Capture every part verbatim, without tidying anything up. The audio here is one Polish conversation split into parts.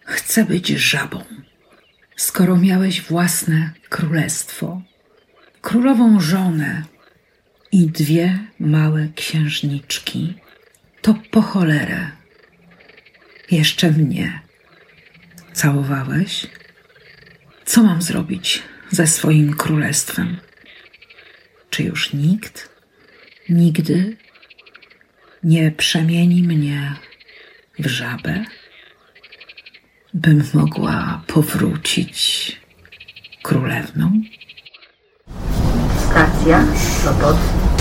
Chcę być żabą, skoro miałeś własne królestwo, królową żonę i dwie małe księżniczki, to po cholerę jeszcze mnie całowałeś? Co mam zrobić ze swoim królestwem? Czy już nikt nigdy nie przemieni mnie w żabę, bym mogła powrócić królewną? Stacja Sopot.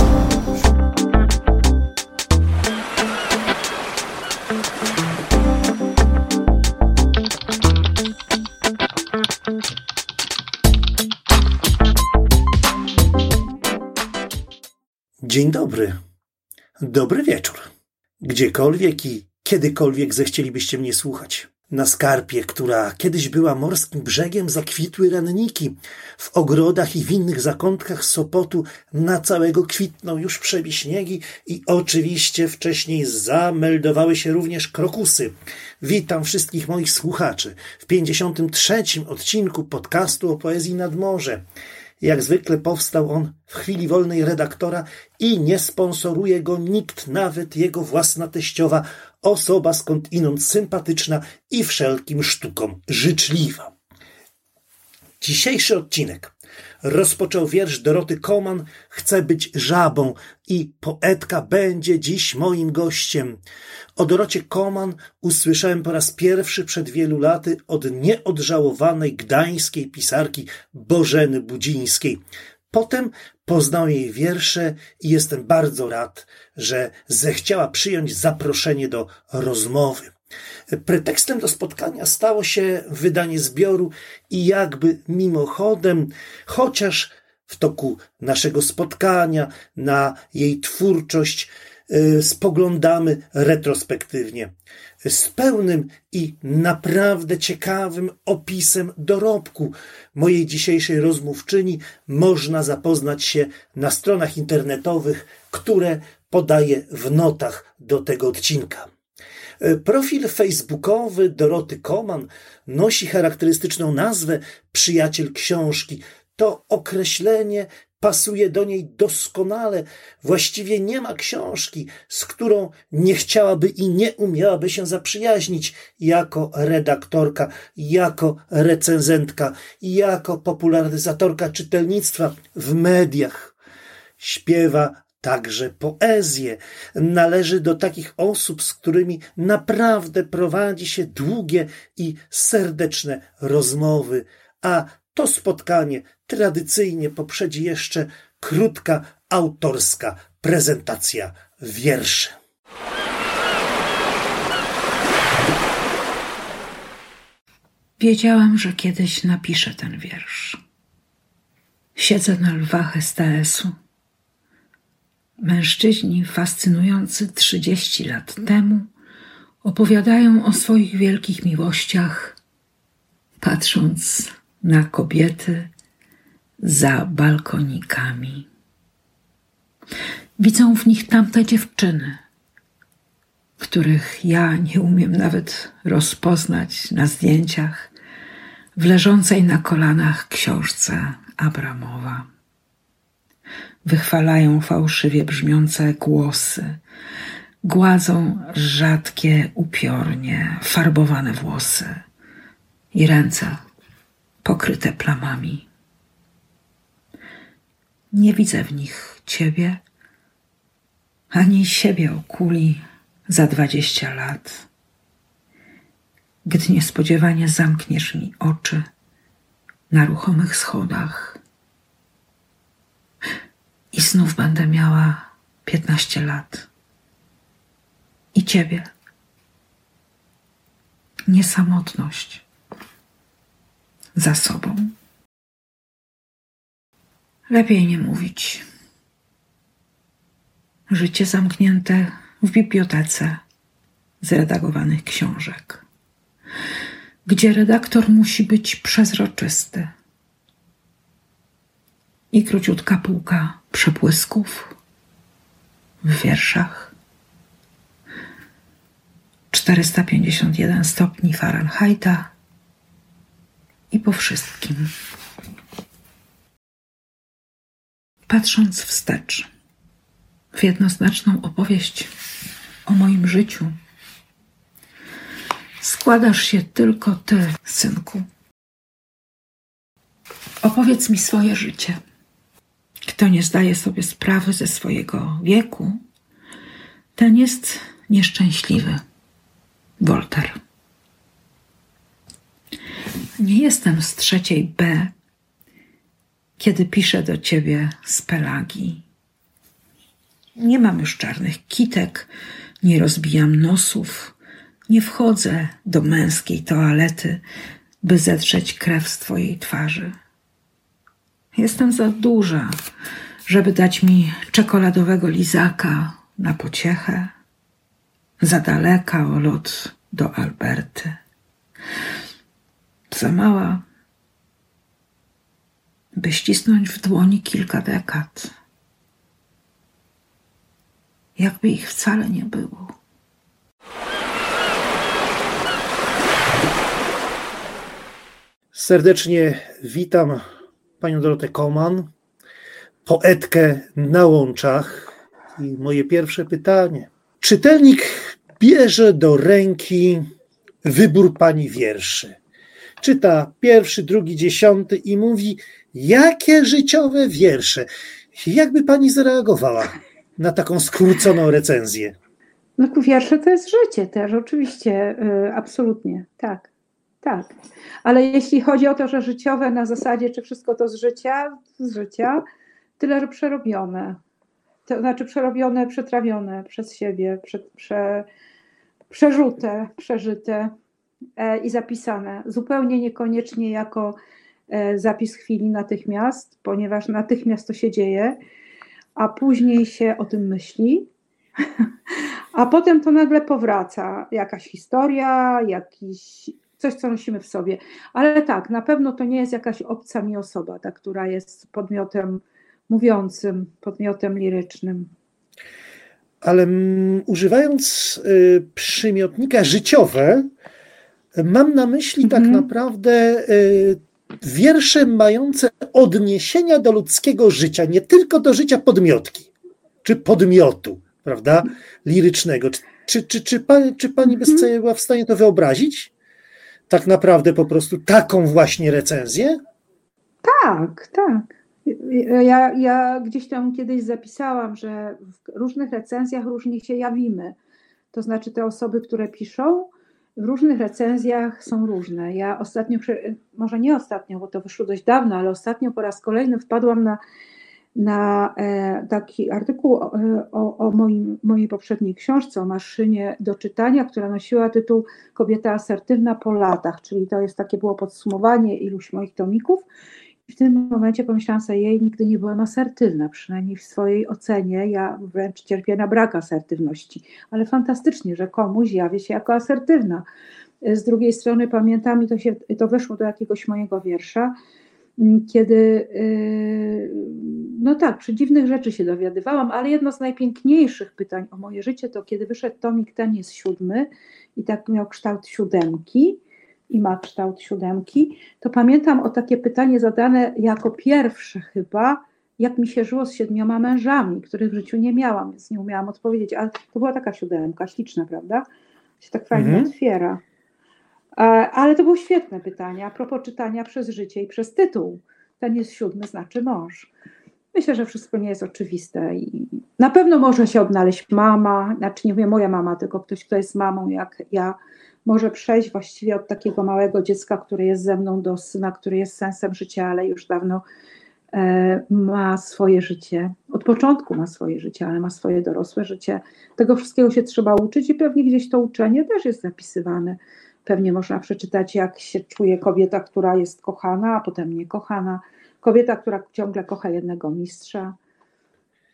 Dzień dobry. Dobry wieczór. Gdziekolwiek i kiedykolwiek zechcielibyście mnie słuchać. Na skarpie, która kiedyś była morskim brzegiem, zakwitły ranniki. W ogrodach i w innych zakątkach Sopotu na całego kwitną już przebiśniegi i oczywiście wcześniej zameldowały się również krokusy. Witam wszystkich moich słuchaczy w pięćdziesiątym trzecim odcinku podcastu o poezji nad morze. Jak zwykle powstał on w chwili wolnej redaktora i nie sponsoruje go nikt, nawet jego własna teściowa, osoba skądinąd sympatyczna i wszelkim sztukom życzliwa. Dzisiejszy odcinek rozpoczął wiersz Doroty Koman „Chcę być żabą” i poetka będzie dziś moim gościem. O Dorocie Koman usłyszałem po raz pierwszy przed wielu laty od nieodżałowanej gdańskiej pisarki Bożeny Budzińskiej. Potem poznałem jej wiersze i jestem bardzo rad, że zechciała przyjąć zaproszenie do rozmowy. Pretekstem do spotkania stało się wydanie zbioru i jakby mimochodem, chociaż w toku naszego spotkania na jej twórczość yy, spoglądamy retrospektywnie. Z pełnym i naprawdę ciekawym opisem dorobku mojej dzisiejszej rozmówczyni można zapoznać się na stronach internetowych, które podaję w notach do tego odcinka. Profil facebookowy Doroty Koman nosi charakterystyczną nazwę Przyjaciel Książki. To określenie pasuje do niej doskonale. Właściwie nie ma książki, z którą nie chciałaby i nie umiałaby się zaprzyjaźnić jako redaktorka, jako recenzentka, jako popularyzatorka czytelnictwa w mediach. Śpiewa także poezję. Należy do takich osób, z którymi naprawdę prowadzi się długie i serdeczne rozmowy, a to spotkanie tradycyjnie poprzedzi jeszcze krótka autorska prezentacja wierszy. Wiedziałam, że kiedyś napiszę ten wiersz. Siedzę na lwach S T S-u. Mężczyźni fascynujący trzydzieści lat temu opowiadają o swoich wielkich miłościach, patrząc na kobiety za balkonikami. Widzą w nich tamte dziewczyny, których ja nie umiem nawet rozpoznać na zdjęciach w leżącej na kolanach książce Abramowa. Wychwalają fałszywie brzmiące głosy, gładzą rzadkie, upiornie farbowane włosy i ręce pokryte plamami. Nie widzę w nich ciebie, ani siebie o kuli za dwadzieścia lat, gdy niespodziewanie zamkniesz mi oczy na ruchomych schodach. I znów będę miała piętnaście lat. I ciebie. Niesamotność za sobą. Lepiej nie mówić. Życie zamknięte w bibliotece zredagowanych książek, gdzie redaktor musi być przezroczysty i króciutka półka przebłysków w wierszach. czterysta pięćdziesiąt jeden stopni Fahrenheita i po wszystkim. Patrząc wstecz w jednoznaczną opowieść o moim życiu, składasz się tylko ty, synku. Opowiedz mi swoje życie. Kto nie zdaje sobie sprawy ze swojego wieku, ten jest nieszczęśliwy. Voltaire. Nie jestem z trzeciej B, kiedy piszę do ciebie z Pelagii. Nie mam już czarnych kitek, nie rozbijam nosów, nie wchodzę do męskiej toalety, by zetrzeć krew z twojej twarzy. Jestem za duża, żeby dać mi czekoladowego lizaka na pociechę, za daleka o lot do Alberty. Za mała, by ścisnąć w dłoni kilka dekad, jakby ich wcale nie było. Serdecznie witam panią Dorotę Koman, poetkę na łączach. I moje pierwsze pytanie. Czytelnik bierze do ręki wybór pani wierszy. Czyta pierwszy, drugi, dziesiąty i mówi, jakie życiowe wiersze. Jakby pani zareagowała na taką skróconą recenzję? No wiersze to jest życie też, oczywiście, yy, absolutnie, tak, tak. Ale jeśli chodzi o to, że życiowe na zasadzie, czy wszystko to z życia, z życia, tyle, że przerobione. To znaczy przerobione, przetrawione przez siebie, prze, prze, przerzute, przeżyte e, i zapisane. Zupełnie niekoniecznie jako e, zapis chwili natychmiast, ponieważ natychmiast to się dzieje, a później się o tym myśli, a potem to nagle powraca. Jakaś historia, jakiś, coś, co nosimy w sobie. Ale tak, na pewno to nie jest jakaś obca mi osoba, ta, która jest podmiotem mówiącym, podmiotem lirycznym. Ale m, używając y, przymiotnika życiowe, mam na myśli mm-hmm. tak naprawdę y, wiersze mające odniesienia do ludzkiego życia, nie tylko do życia podmiotki, czy podmiotu, prawda, lirycznego. Czy, czy, czy, czy, pani, czy pani by sobie była w stanie to wyobrazić? Tak naprawdę po prostu taką właśnie recenzję? Tak, tak. Ja, ja gdzieś tam kiedyś zapisałam, że w różnych recenzjach różnie się jawimy. To znaczy te osoby, które piszą, w różnych recenzjach są różne. Ja ostatnio, może nie ostatnio, bo to wyszło dość dawno, ale ostatnio po raz kolejny wpadłam na, na e, taki artykuł o, o, o moim, mojej poprzedniej książce, o maszynie do czytania, która nosiła tytuł Kobieta asertywna po latach, czyli to jest takie było podsumowanie iluś moich tomików. W tym momencie pomyślałam sobie, jej, nigdy nie byłam asertywna, przynajmniej w swojej ocenie, ja wręcz cierpię na brak asertywności, ale fantastycznie, że komuś jawię się jako asertywna. Z drugiej strony pamiętam, i to, się, to weszło do jakiegoś mojego wiersza, kiedy, no tak, przy dziwnych rzeczy się dowiadywałam, ale jedno z najpiękniejszych pytań o moje życie to kiedy wyszedł tomik, ten jest siódmy i tak miał kształt siódemki, i ma kształt siódemki, to pamiętam o takie pytanie zadane jako pierwsze chyba, jak mi się żyło z siedmioma mężami, których w życiu nie miałam, więc nie umiałam odpowiedzieć, ale to była taka siódemka, śliczna, prawda? Się tak fajnie mhm. otwiera. Ale to było świetne pytanie, a propos czytania przez życie i przez tytuł. Ten jest siódmy, znaczy mąż. Myślę, że wszystko nie jest oczywiste i na pewno może się odnaleźć mama, znaczy nie mówię moja mama, tylko ktoś, kto jest mamą jak ja, może przejść właściwie od takiego małego dziecka, które jest ze mną, do syna, który jest sensem życia, ale już dawno e, ma swoje życie. Od początku ma swoje życie, ale ma swoje dorosłe życie. Tego wszystkiego się trzeba uczyć i pewnie gdzieś to uczenie też jest zapisywane. Pewnie można przeczytać, jak się czuje kobieta, która jest kochana, a potem niekochana. Kobieta, która ciągle kocha jednego mistrza.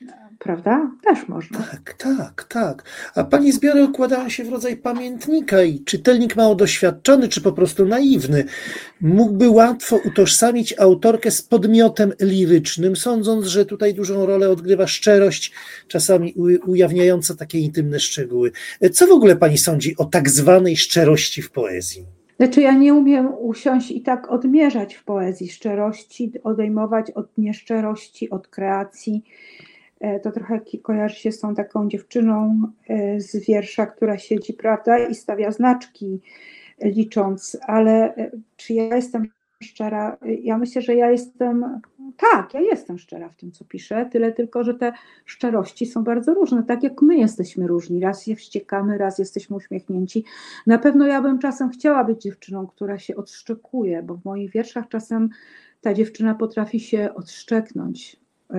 Prawda? Też można. Tak, tak, tak. A pani zbiory układają się w rodzaj pamiętnika i czytelnik mało doświadczony, czy po prostu naiwny, mógłby łatwo utożsamić autorkę z podmiotem lirycznym, sądząc, że tutaj dużą rolę odgrywa szczerość, czasami ujawniająca takie intymne szczegóły. Co w ogóle pani sądzi o tak zwanej szczerości w poezji? Znaczy ja nie umiem usiąść i tak odmierzać w poezji szczerości, odejmować od nieszczerości, od kreacji. To trochę kojarzy się z tą taką dziewczyną z wiersza, która siedzi, prawda, i stawia znaczki licząc, ale czy ja jestem szczera? Ja myślę, że ja jestem, tak, ja jestem szczera w tym, co piszę, tyle tylko, że te szczerości są bardzo różne, tak jak my jesteśmy różni, raz się wściekamy, raz jesteśmy uśmiechnięci. Na pewno ja bym czasem chciała być dziewczyną, która się odszczekuje, bo w moich wierszach czasem ta dziewczyna potrafi się odszczeknąć.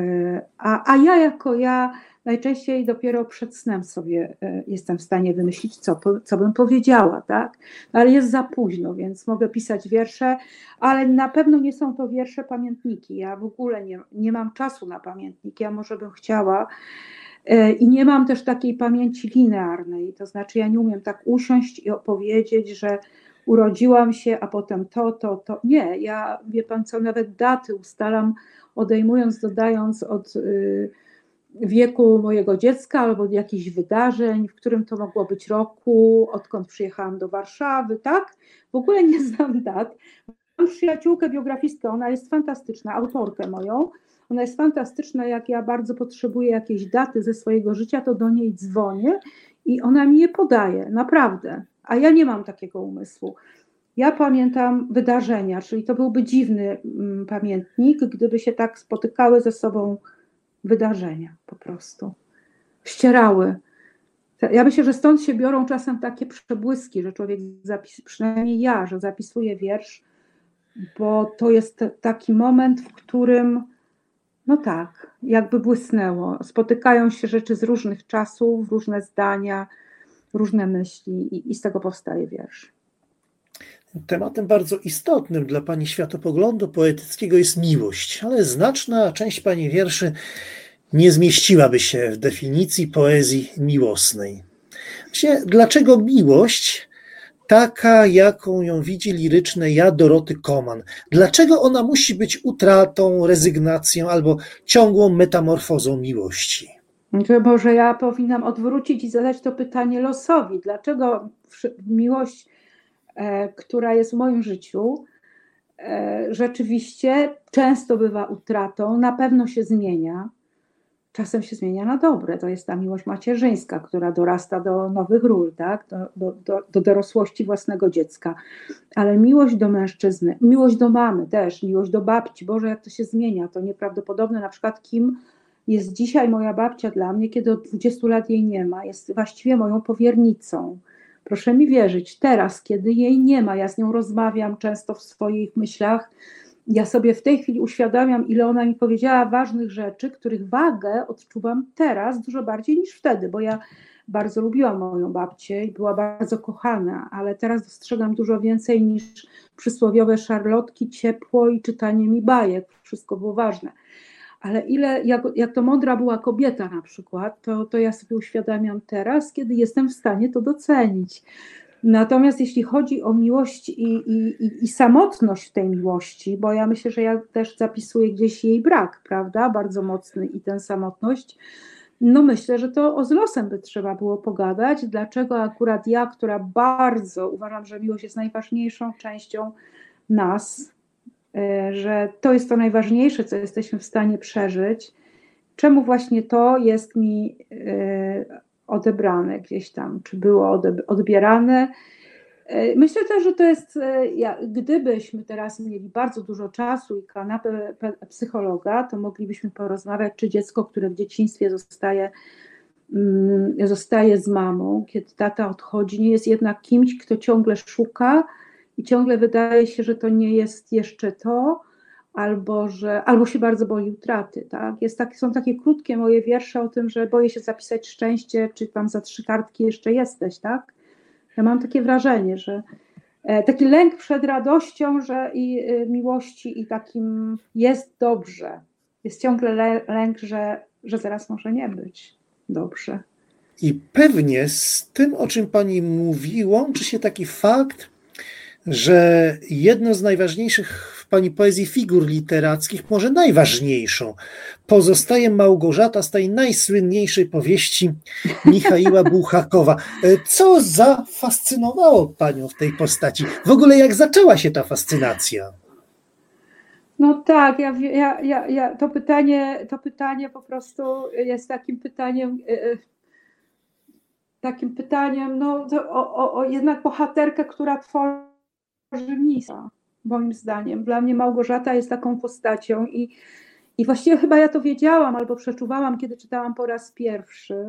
A, a ja jako ja najczęściej dopiero przed snem sobie jestem w stanie wymyślić, co, co bym powiedziała, tak? Ale jest za późno, więc mogę pisać wiersze, ale na pewno nie są to wiersze pamiętniki. Ja w ogóle nie, nie mam czasu na pamiętniki, ja może bym chciała. I nie mam też takiej pamięci linearnej, to znaczy ja nie umiem tak usiąść i opowiedzieć, że urodziłam się, a potem to, to, to. Nie, ja, wie pan co, nawet daty ustalam, odejmując, dodając od y, wieku mojego dziecka albo od jakichś wydarzeń, w którym to mogło być roku, odkąd przyjechałam do Warszawy, tak? W ogóle nie znam dat. Mam przyjaciółkę biografistkę, ona jest fantastyczna, autorkę moją. Ona jest fantastyczna, jak ja bardzo potrzebuję jakiejś daty ze swojego życia, to do niej dzwonię i ona mi je podaje, naprawdę. A ja nie mam takiego umysłu. Ja pamiętam wydarzenia, czyli to byłby dziwny pamiętnik, gdyby się tak spotykały ze sobą wydarzenia po prostu. Ścierały. Ja myślę, że stąd się biorą czasem takie przebłyski, że człowiek zapis, przynajmniej ja, że zapisuję wiersz, bo to jest taki moment, w którym no tak, jakby błysnęło. Spotykają się rzeczy z różnych czasów, różne zdania, różne myśli i, i z tego powstaje wiersz. Tematem bardzo istotnym dla pani światopoglądu poetyckiego jest miłość, ale znaczna część pani wierszy nie zmieściłaby się w definicji poezji miłosnej. Właśnie dlaczego miłość, taka jaką ją widzi liryczne ja Doroty Koman, dlaczego ona musi być utratą, rezygnacją albo ciągłą metamorfozą miłości? Może ja powinnam odwrócić i zadać to pytanie losowi. Dlaczego miłość, e, która jest w moim życiu, e, rzeczywiście często bywa utratą, na pewno się zmienia, czasem się zmienia na dobre. To jest ta miłość macierzyńska, która dorasta do nowych ról, tak? do, do, do, do dorosłości własnego dziecka. Ale miłość do mężczyzny, miłość do mamy też, miłość do babci, Boże, jak to się zmienia, to nieprawdopodobne. Na przykład kim jest dzisiaj moja babcia dla mnie, kiedy od dwudziestu lat jej nie ma, jest właściwie moją powiernicą. Proszę mi wierzyć, teraz, kiedy jej nie ma, ja z nią rozmawiam często w swoich myślach, ja sobie w tej chwili uświadamiam, ile ona mi powiedziała ważnych rzeczy, których wagę odczuwam teraz dużo bardziej niż wtedy, bo ja bardzo lubiłam moją babcię i była bardzo kochana, ale teraz dostrzegam dużo więcej niż przysłowiowe szarlotki, ciepło i czytanie mi bajek. Wszystko było ważne. Ale ile, jak, jak to mądra była kobieta na przykład, to, to ja sobie uświadamiam teraz, kiedy jestem w stanie to docenić. Natomiast jeśli chodzi o miłość i, i, i, i samotność w tej miłości, bo ja myślę, że ja też zapisuję gdzieś jej brak, prawda, bardzo mocny i tę samotność, no myślę, że to o z losem by trzeba było pogadać, dlaczego akurat ja, która bardzo uważam, że miłość jest najważniejszą częścią nas, że to jest to najważniejsze, co jesteśmy w stanie przeżyć, czemu właśnie to jest mi odebrane gdzieś tam, czy było odbierane. Myślę też, że to jest, gdybyśmy teraz mieli bardzo dużo czasu i kanapę psychologa, to moglibyśmy porozmawiać, czy dziecko, które w dzieciństwie zostaje, zostaje z mamą, kiedy tata odchodzi, nie jest jednak kimś, kto ciągle szuka i ciągle wydaje się, że to nie jest jeszcze to, albo, że, albo się bardzo boi utraty. Tak? Jest tak, są takie krótkie moje wiersze o tym, że boję się zapisać szczęście, czy tam za trzy kartki jeszcze jesteś. Tak? Ja mam takie wrażenie, że e, taki lęk przed radością że i e, miłości i takim jest dobrze. Jest ciągle le, lęk, że że zaraz może nie być dobrze. I pewnie z tym, o czym pani mówi, łączy się taki fakt, że jedno z najważniejszych w pani poezji figur literackich, może najważniejszą, pozostaje Małgorzata z tej najsłynniejszej powieści Michaiła Bułhakowa. Co zafascynowało panią w tej postaci? W ogóle jak zaczęła się ta fascynacja? No tak, ja, ja, ja, ja, to, pytanie, to pytanie po prostu jest takim pytaniem, takim pytaniem, no o, o, o jednak bohaterkę, która tworzy misa, moim zdaniem. Dla mnie Małgorzata jest taką postacią i, i właściwie chyba ja to wiedziałam albo przeczuwałam, kiedy czytałam po raz pierwszy.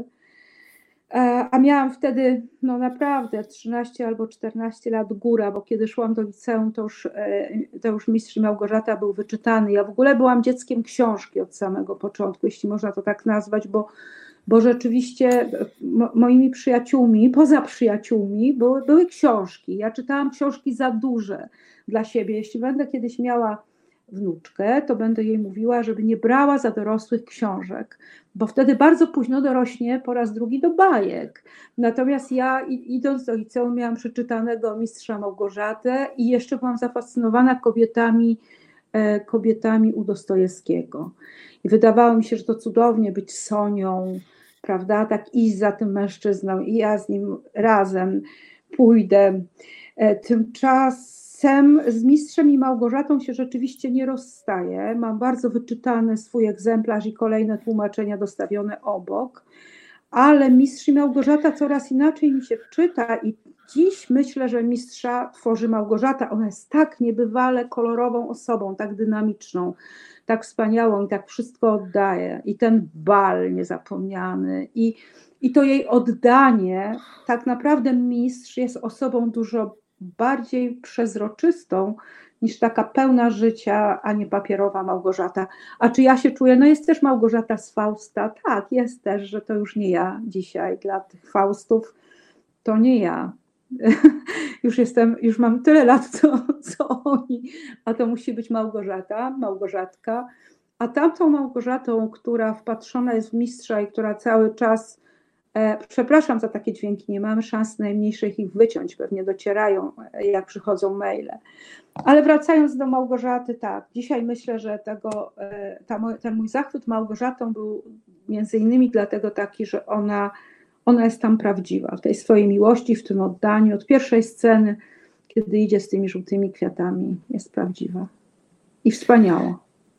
A miałam wtedy no naprawdę trzynaście albo czternaście lat góra, bo kiedy szłam do liceum, to już, to już Mistrz i Małgorzata był wyczytany. Ja w ogóle byłam dzieckiem książki od samego początku, jeśli można to tak nazwać, bo, bo rzeczywiście mo, moimi przyjaciółmi, poza przyjaciółmi były, były książki. Ja czytałam książki za duże dla siebie. Jeśli będę kiedyś miała wnuczkę, to będę jej mówiła, żeby nie brała za dorosłych książek, bo wtedy bardzo późno dorośnie po raz drugi do bajek. Natomiast ja idąc do liceum miałam przeczytanego Mistrza Małgorzatę i jeszcze byłam zafascynowana kobietami, kobietami u Dostojewskiego. I wydawało mi się, że to cudownie być Sonią, prawda, tak iść za tym mężczyzną i ja z nim razem pójdę. Tymczasem z Mistrzem i Małgorzatą się rzeczywiście nie rozstaję. Mam bardzo wyczytany swój egzemplarz i kolejne tłumaczenia dostawione obok, ale Mistrz i Małgorzata coraz inaczej mi się czyta i dziś myślę, że Mistrza tworzy Małgorzata. Ona jest tak niebywale kolorową osobą, tak dynamiczną, tak wspaniałą i tak wszystko oddaje. I ten bal niezapomniany i, i to jej oddanie, tak naprawdę Mistrz jest osobą dużo bardziej przezroczystą niż taka pełna życia, a nie papierowa Małgorzata. A czy ja się czuję? No jest też Małgorzata z Fausta. Tak, jest też, że to już nie ja dzisiaj. Dla tych Faustów to nie ja. Już jestem, już mam tyle lat, co, co oni, a to musi być Małgorzata, Małgorzatka. A tamtą Małgorzatą, która wpatrzona jest w Mistrza i która cały czas, e, przepraszam za takie dźwięki, nie mamy szans najmniejszych ich wyciąć, pewnie docierają, jak przychodzą maile. Ale wracając do Małgorzaty, tak, dzisiaj myślę, że tego, e, ta, ten mój zachwyt Małgorzatą był między innymi dlatego taki, że ona Ona jest tam prawdziwa, w tej swojej miłości, w tym oddaniu. Od pierwszej sceny, kiedy idzie z tymi żółtymi kwiatami, jest prawdziwa i wspaniała.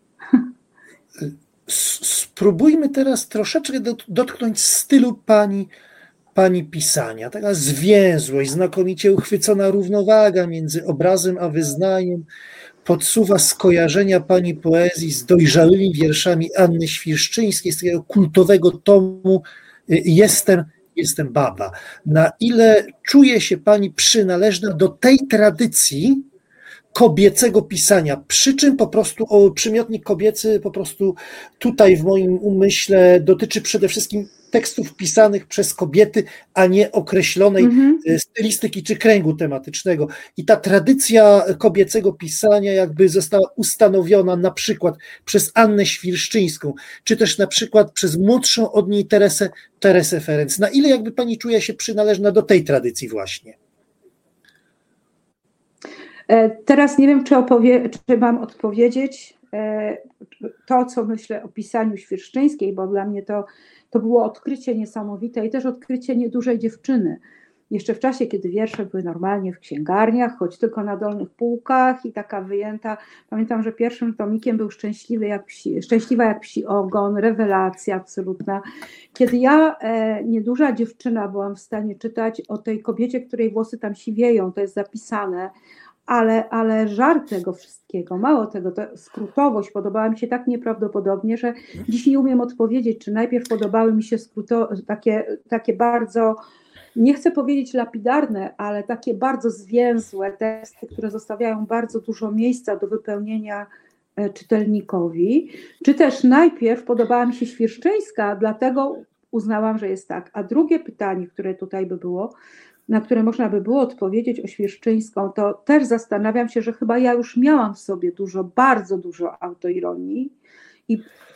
Spróbujmy teraz troszeczkę dotknąć stylu pani, pani pisania. Taka zwięzłość, znakomicie uchwycona równowaga między obrazem a wyznaniem podsuwa skojarzenia pani poezji z dojrzałymi wierszami Anny Świerszczyńskiej, z takiego kultowego tomu Jestem, jestem baba. Na ile czuje się pani przynależna do tej tradycji kobiecego pisania, przy czym po prostu o, przymiotnik kobiecy po prostu tutaj w moim umyśle dotyczy przede wszystkim tekstów pisanych przez kobiety, a nie określonej mhm. stylistyki czy kręgu tematycznego. I ta tradycja kobiecego pisania jakby została ustanowiona na przykład przez Annę Świerszczyńską, czy też na przykład przez młodszą od niej Teresę, Teresę Ferenc. Na ile jakby pani czuje się przynależna do tej tradycji właśnie? Teraz nie wiem, czy, opowie, czy mam odpowiedzieć to, co myślę o pisaniu Świerszczyńskiej, bo dla mnie to, to było odkrycie niesamowite i też odkrycie niedużej dziewczyny. Jeszcze w czasie, kiedy wiersze były normalnie w księgarniach, choć tylko na dolnych półkach i taka wyjęta. Pamiętam, że pierwszym tomikiem był Szczęśliwy jak psi, Szczęśliwa jak psi ogon, rewelacja absolutna. Kiedy ja, e, nieduża dziewczyna, byłam w stanie czytać o tej kobiecie, której włosy tam siwieją, to jest zapisane, Ale, ale żart tego wszystkiego, mało tego, ta skrótowość podobała mi się tak nieprawdopodobnie, że dziś nie umiem odpowiedzieć, czy najpierw podobały mi się skróto, takie, takie bardzo, nie chcę powiedzieć lapidarne, ale takie bardzo zwięzłe teksty, które zostawiają bardzo dużo miejsca do wypełnienia czytelnikowi, czy też najpierw podobała mi się Świerszczyńska, dlatego uznałam, że jest tak. A drugie pytanie, które tutaj by było, na które można by było odpowiedzieć o Świerszczyńską, to też zastanawiam się, że chyba ja już miałam w sobie dużo, bardzo dużo autoironii i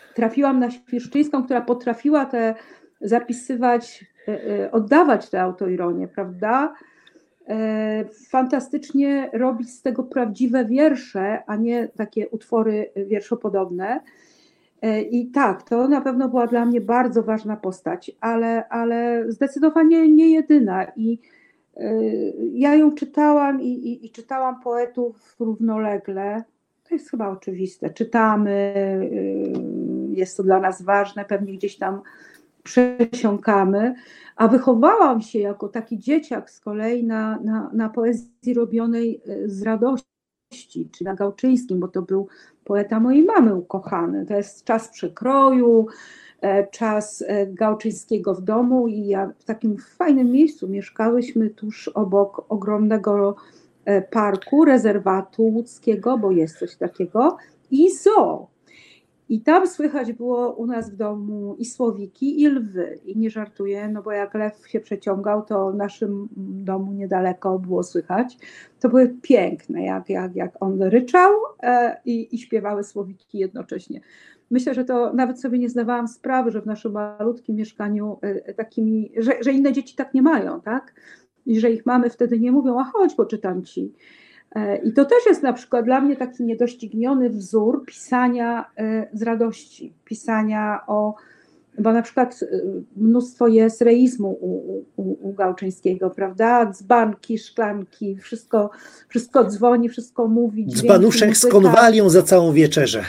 trafiłam na Świerszczyńską, która potrafiła te zapisywać, oddawać tę autoironię, prawda? Fantastycznie robić z tego prawdziwe wiersze, a nie takie utwory wierszopodobne. I tak, to na pewno była dla mnie bardzo ważna postać, ale, ale zdecydowanie nie jedyna. I ja ją czytałam i, i, i czytałam poetów równolegle. To jest chyba oczywiste. Czytamy, jest to dla nas ważne, pewnie gdzieś tam przesiąkamy, a wychowałam się jako taki dzieciak z kolei na, na, na poezji robionej z radości, czy na Gałczyńskim, bo to był poeta mojej mamy ukochany. To jest czas przekroju, czas Gałczyńskiego w domu i ja w takim fajnym miejscu mieszkałyśmy tuż obok ogromnego parku, rezerwatu łódzkiego, bo jest coś takiego, i zoo. I tam słychać było u nas w domu i słowiki, i lwy. I nie żartuję, no bo jak lew się przeciągał, to w naszym domu niedaleko było słychać. To były piękne, jak, jak, jak on ryczał e, i, i śpiewały słowiki jednocześnie. Myślę, że to nawet sobie nie zdawałam sprawy, że w naszym malutkim mieszkaniu e, takimi, że, że inne dzieci tak nie mają, tak? I że ich mamy wtedy nie mówią, a chodź, poczytam ci. I to też jest na przykład dla mnie taki niedościgniony wzór pisania z radości, pisania o, bo na przykład mnóstwo jest reizmu u, u, u Gałczyńskiego, prawda? Dzbanki, szklanki, wszystko, wszystko dzwoni, wszystko mówi. Dzbanuszek z konwalią za całą wieczerzę.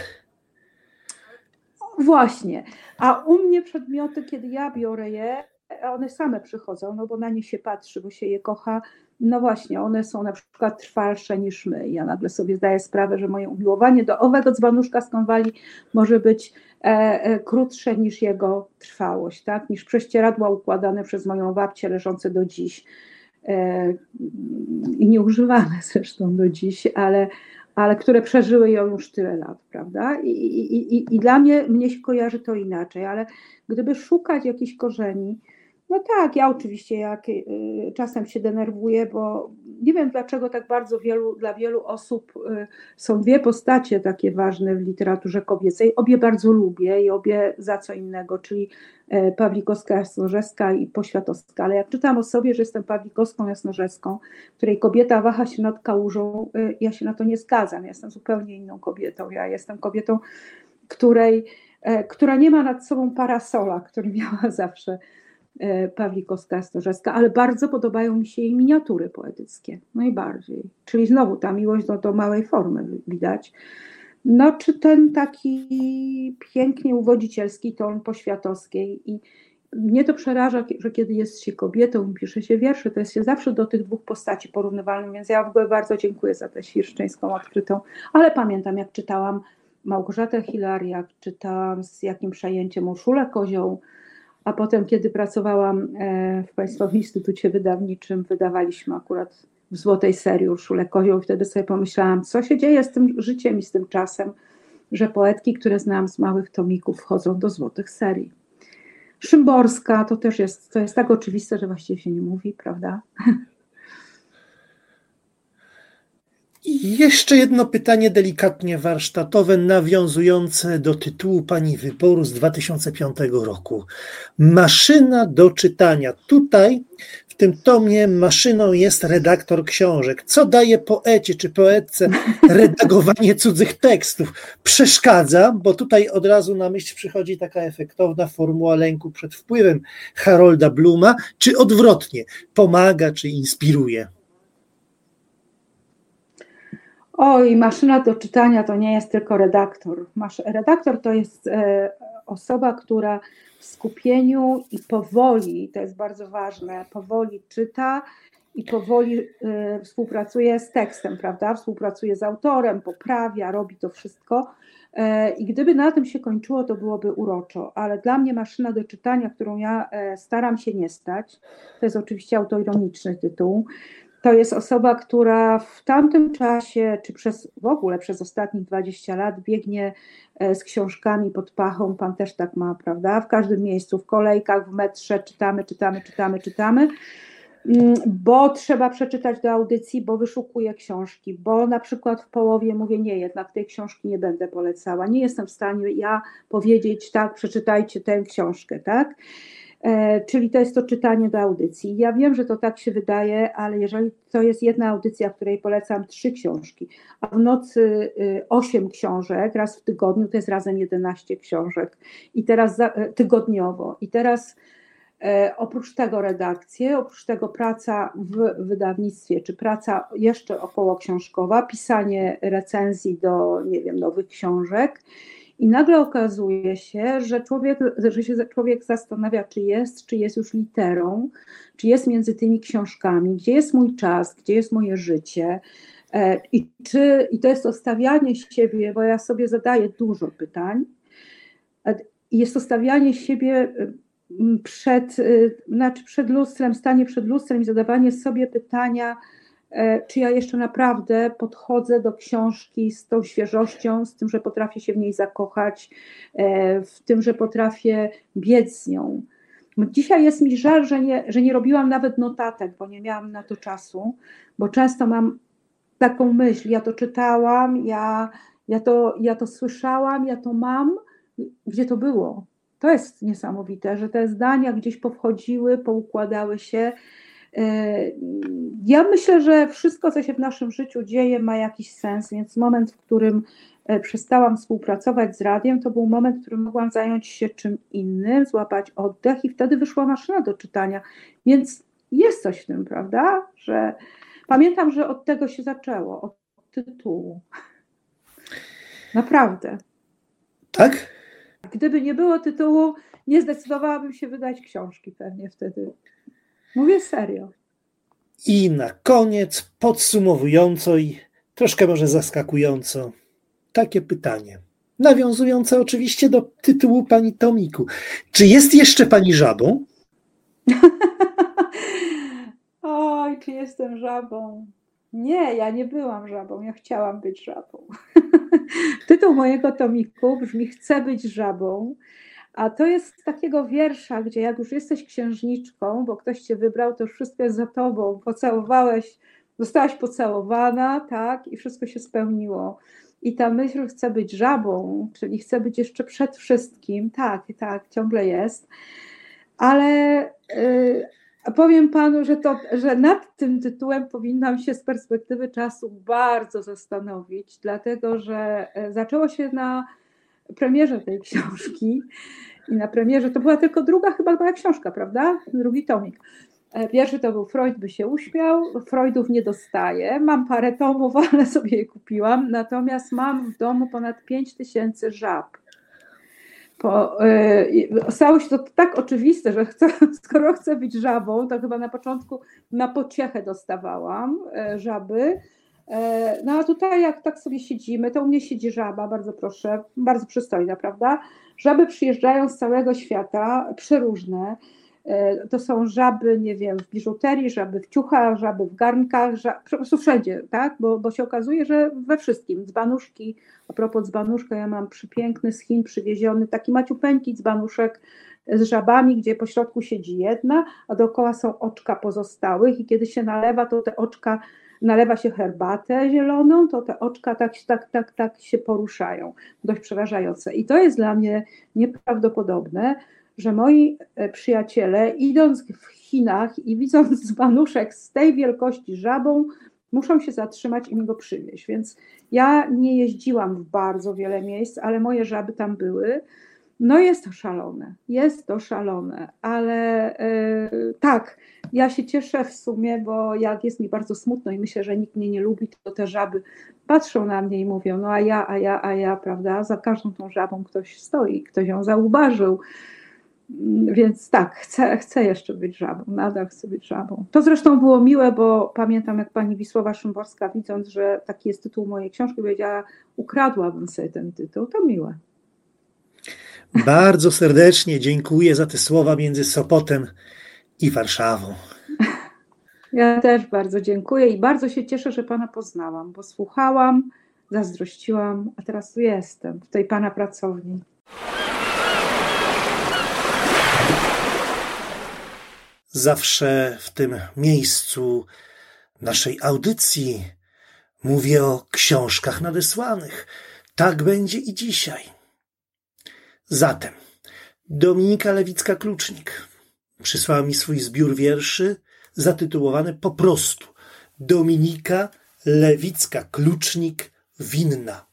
Właśnie, a u mnie przedmioty, kiedy ja biorę je, one same przychodzą, no bo na nie się patrzy, bo się je kocha. No właśnie, one są na przykład trwalsze niż my. Ja nagle sobie zdaję sprawę, że moje umiłowanie do owego dzbanuszka z konwali może być e, e, krótsze niż jego trwałość, tak? Niż prześcieradła układane przez moją babcię, leżące do dziś e, i nieużywane zresztą do dziś, ale, ale które przeżyły ją już tyle lat, prawda? I, i, i, i dla mnie, mnie się kojarzy to inaczej, ale gdyby szukać jakichś korzeni, no tak, ja oczywiście jak y, czasem się denerwuję, bo nie wiem dlaczego tak bardzo wielu, dla wielu osób y, są dwie postacie takie ważne w literaturze kobiecej. Obie bardzo lubię i obie za co innego, czyli y, Pawlikowska Jasnorzewska i Poświatowska. Ale jak czytam o sobie, że jestem Pawlikowską Jasnorzewską, której kobieta waha się nad kałużą, y, ja się na to nie zgadzam. Ja jestem zupełnie inną kobietą. Ja jestem kobietą, której, y, która nie ma nad sobą parasola, który miała zawsze Pawlikowska Jasnorzewska, ale bardzo podobają mi się jej miniatury poetyckie, najbardziej. Czyli znowu ta miłość do, do małej formy widać. No czy ten taki pięknie uwodzicielski ton Poświatowskiej i mnie to przeraża, że kiedy jest się kobietą i pisze się wiersze, to jest się zawsze do tych dwóch postaci porównywalnych, więc ja w ogóle bardzo dziękuję za tę Świerszczyńską odkrytą, ale pamiętam jak czytałam Małgorzatę Hilary, jak czytałam z jakim przejęciem Urszulę Kozioł, a potem, kiedy pracowałam w Państwowym Instytucie Wydawniczym, wydawaliśmy akurat w złotej serii Urszulę Kozioł i wtedy sobie pomyślałam, co się dzieje z tym życiem i z tym czasem, że poetki, które znałam z małych tomików, wchodzą do złotych serii. Szymborska to też jest, to jest tak oczywiste, że właściwie się nie mówi, prawda? I jeszcze jedno pytanie delikatnie warsztatowe, nawiązujące do tytułu pani wyboru z dwa tysiące piątego roku. Maszyna do czytania. Tutaj w tym tomie maszyną jest redaktor książek. Co daje poecie czy poetce redagowanie cudzych tekstów? Przeszkadza, bo tutaj od razu na myśl przychodzi taka efektowna formuła lęku przed wpływem Harolda Bluma, czy odwrotnie, pomaga czy inspiruje? Oj, maszyna do czytania to nie jest tylko redaktor. Redaktor to jest osoba, która w skupieniu i powoli, to jest bardzo ważne, powoli czyta i powoli współpracuje z tekstem, prawda? Współpracuje z autorem, poprawia, robi to wszystko. I gdyby na tym się kończyło, to byłoby uroczo, ale dla mnie maszyna do czytania, którą ja staram się nie stać, to jest oczywiście autoironiczny tytuł. To jest osoba, która w tamtym czasie, czy przez w ogóle przez ostatnich dwadzieścia lat biegnie z książkami pod pachą. Pan też tak ma, prawda? W każdym miejscu, w kolejkach, w metrze czytamy, czytamy, czytamy, czytamy. bo trzeba przeczytać do audycji, bo wyszukuję książki, bo na przykład w połowie mówię, nie, jednak tej książki nie będę polecała, nie jestem w stanie ja powiedzieć, tak, przeczytajcie tę książkę, tak, e, czyli to jest to czytanie do audycji. Ja wiem, że to tak się wydaje, ale jeżeli to jest jedna audycja, w której polecam trzy książki, a w nocy y, osiem książek, raz w tygodniu, to jest razem jedenaście książek i teraz za, tygodniowo i teraz E, oprócz tego redakcje, oprócz tego praca w wydawnictwie, czy praca jeszcze okołoksiążkowa, pisanie recenzji do, nie wiem, nowych książek i nagle okazuje się, że człowiek, że się człowiek zastanawia, czy jest, czy jest już literą, czy jest między tymi książkami, gdzie jest mój czas, gdzie jest moje życie e, i, czy, i to jest to stawianie siebie, bo ja sobie zadaję dużo pytań e, i jest to stawianie siebie przed, znaczy przed lustrem, stanie przed lustrem i zadawanie sobie pytania, czy ja jeszcze naprawdę podchodzę do książki z tą świeżością, z tym, że potrafię się w niej zakochać, w tym, że potrafię biec z nią. Dzisiaj jest mi żal, że nie, że nie robiłam nawet notatek, bo nie miałam na to czasu, bo często mam taką myśl, ja to czytałam, ja, ja, to, ja to słyszałam, ja to mam, gdzie to było? To jest niesamowite, że te zdania gdzieś powchodziły, poukładały się. Ja myślę, że wszystko, co się w naszym życiu dzieje, ma jakiś sens, więc moment, w którym przestałam współpracować z radiem, to był moment, w którym mogłam zająć się czym innym, złapać oddech i wtedy wyszła maszyna do czytania. Więc jest coś w tym, prawda? Że pamiętam, że od tego się zaczęło, od tytułu. Naprawdę. Tak? Gdyby nie było tytułu, nie zdecydowałabym się wydać książki pewnie wtedy. Mówię serio. I na koniec, podsumowująco i troszkę może zaskakująco, takie pytanie, nawiązujące oczywiście do tytułu pani tomiku. Czy jest jeszcze pani żabą? Oj, czy jestem żabą? Nie, ja nie byłam żabą, ja chciałam być żabą. Tytuł mojego tomiku brzmi Chcę być żabą, a to jest z takiego wiersza, gdzie jak już jesteś księżniczką, bo ktoś cię wybrał, to już wszystko jest za tobą, pocałowałeś, zostałaś pocałowana, tak, i wszystko się spełniło. I ta myśl Chcę być żabą, czyli chcę być jeszcze przed wszystkim, tak, tak, ciągle jest, ale... Yy, A powiem panu, że, to, że nad tym tytułem powinnam się z perspektywy czasu bardzo zastanowić, dlatego że zaczęło się na premierze tej książki i na premierze, to była tylko druga chyba moja książka, prawda? Drugi tomik. Pierwszy to był Freud by się uśmiał, Freudów nie dostaję, mam parę tomów, ale sobie je kupiłam, natomiast mam w domu ponad pięć tysięcy żab. Po, yy, stało się to tak oczywiste, że chcę, skoro chcę być żabą, to chyba na początku na pociechę dostawałam yy, żaby. Yy, no a tutaj jak tak sobie siedzimy, to u mnie siedzi żaba, bardzo proszę, bardzo przystojna, prawda? Żaby przyjeżdżają z całego świata, przeróżne. Yy, to są żaby, nie wiem, w biżuterii, żaby w ciuchach, żaby w garnkach, żaby, po prostu wszędzie, tak? Bo, bo się okazuje, że we wszystkim. Dzbanuszki, a propos dzbanuszka, ja mam przepiękny z Chin przywieziony taki maciupeńki dzbanuszek z żabami, gdzie po środku siedzi jedna, a dookoła są oczka pozostałych i kiedy się nalewa, to te oczka, nalewa się herbatę zieloną, to te oczka tak, tak, tak, tak się poruszają. Dość przerażające. I to jest dla mnie nieprawdopodobne, że moi przyjaciele, idąc w Chinach i widząc dzbanuszek z tej wielkości żabą, muszą się zatrzymać i mi go przywieźć. Więc ja nie jeździłam w bardzo wiele miejsc, ale moje żaby tam były. No jest to szalone, jest to szalone, ale yy, tak, ja się cieszę w sumie, bo jak jest mi bardzo smutno i myślę, że nikt mnie nie lubi, to te żaby patrzą na mnie i mówią, no a ja, a ja, a ja, prawda, za każdą tą żabą ktoś stoi, ktoś ją zauważył. Więc tak, chcę, chcę jeszcze być żabą, nadal chcę być żabą. To zresztą było miłe, bo pamiętam, jak pani Wisława Szymborska, widząc, że taki jest tytuł mojej książki, powiedziała, ukradłabym sobie ten tytuł. To miłe. Bardzo serdecznie dziękuję za te słowa między Sopotem i Warszawą. Ja też bardzo dziękuję i bardzo się cieszę, że pana poznałam, bo słuchałam, zazdrościłam, a teraz tu jestem, w tej pana pracowni. Zawsze w tym miejscu naszej audycji mówię o książkach nadesłanych. Tak będzie i dzisiaj. Zatem Dominika Lewicka-Klucznik przysłała mi swój zbiór wierszy zatytułowany po prostu Dominika Lewicka-Klucznik winna.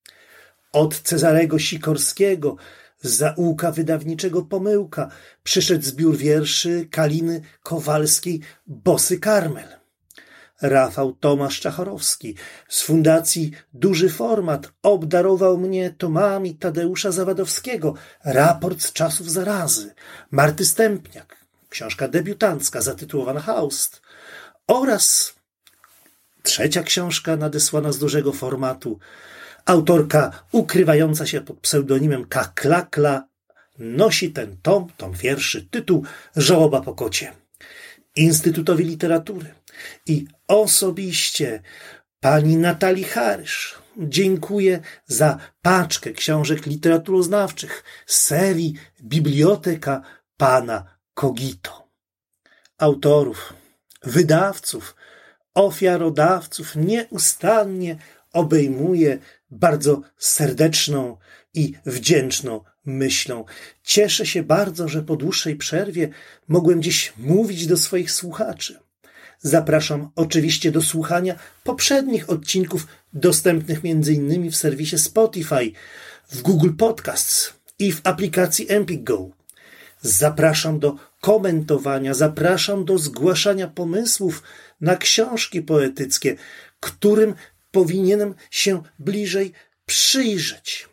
Od Cezarego Sikorskiego z zaułka wydawniczego Pomyłka przyszedł zbiór wierszy Kaliny Kowalskiej Bosy Karmel. Rafał Tomasz Czachorowski z Fundacji Duży Format obdarował mnie tomami Tadeusza Zawadowskiego, Raport z czasów zarazy, Marty Stępniak, książka debiutancka zatytułowana Haust oraz trzecia książka nadesłana z dużego formatu. Autorka ukrywająca się pod pseudonimem Kaklakla nosi ten tom, tom wierszy, tytuł Żałoba po kocie. Instytutowi Literatury i osobiście pani Natalii Harysz dziękuję za paczkę książek literaturoznawczych z serii Biblioteka pana Kogito. Autorów, wydawców, ofiarodawców nieustannie obejmuję bardzo serdeczną i wdzięczną myślą. Cieszę się bardzo, że po dłuższej przerwie mogłem dziś mówić do swoich słuchaczy. Zapraszam oczywiście do słuchania poprzednich odcinków dostępnych między innymi w serwisie Spotify, w Google Podcasts i w aplikacji Empik Go. Zapraszam do komentowania, zapraszam do zgłaszania pomysłów na książki poetyckie, którym powinienem się bliżej przyjrzeć.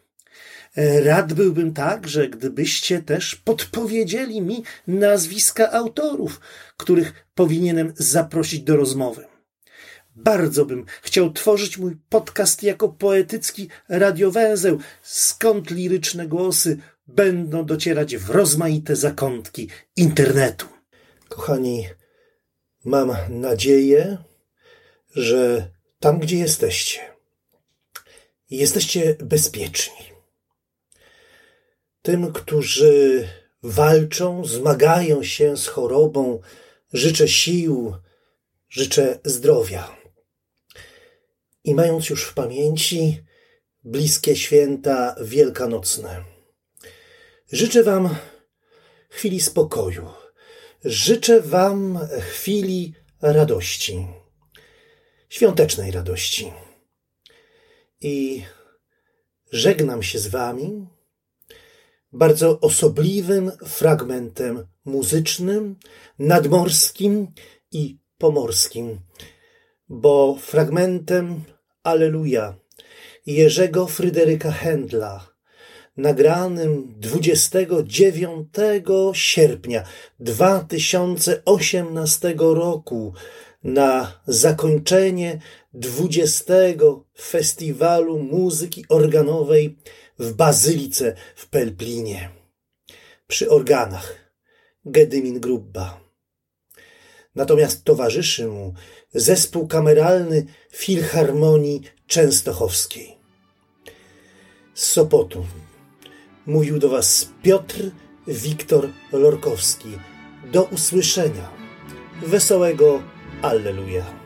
Rad byłbym także, gdybyście też podpowiedzieli mi nazwiska autorów, których powinienem zaprosić do rozmowy. Bardzo bym chciał tworzyć mój podcast jako poetycki radiowęzeł, skąd liryczne głosy będą docierać w rozmaite zakątki internetu. Kochani, mam nadzieję, że tam, gdzie jesteście, jesteście bezpieczni. Tym, którzy walczą, zmagają się z chorobą, życzę sił, życzę zdrowia. I mając już w pamięci bliskie święta wielkanocne, życzę wam chwili spokoju, życzę wam chwili radości, świątecznej radości. I żegnam się z wami bardzo osobliwym fragmentem muzycznym, nadmorskim i pomorskim, bo fragmentem Alleluja Jerzego Fryderyka Händla, nagranym dwudziestego dziewiątego sierpnia dwa tysiące osiemnastego roku na zakończenie dwudziestego Festiwalu Muzyki Organowej w Bazylice w Pelplinie. Przy organach Gedymin Grubba. Natomiast towarzyszy mu zespół kameralny Filharmonii Częstochowskiej. Z Sopotu mówił do was Piotr Wiktor Lorkowski. Do usłyszenia. Wesołego Alleluja.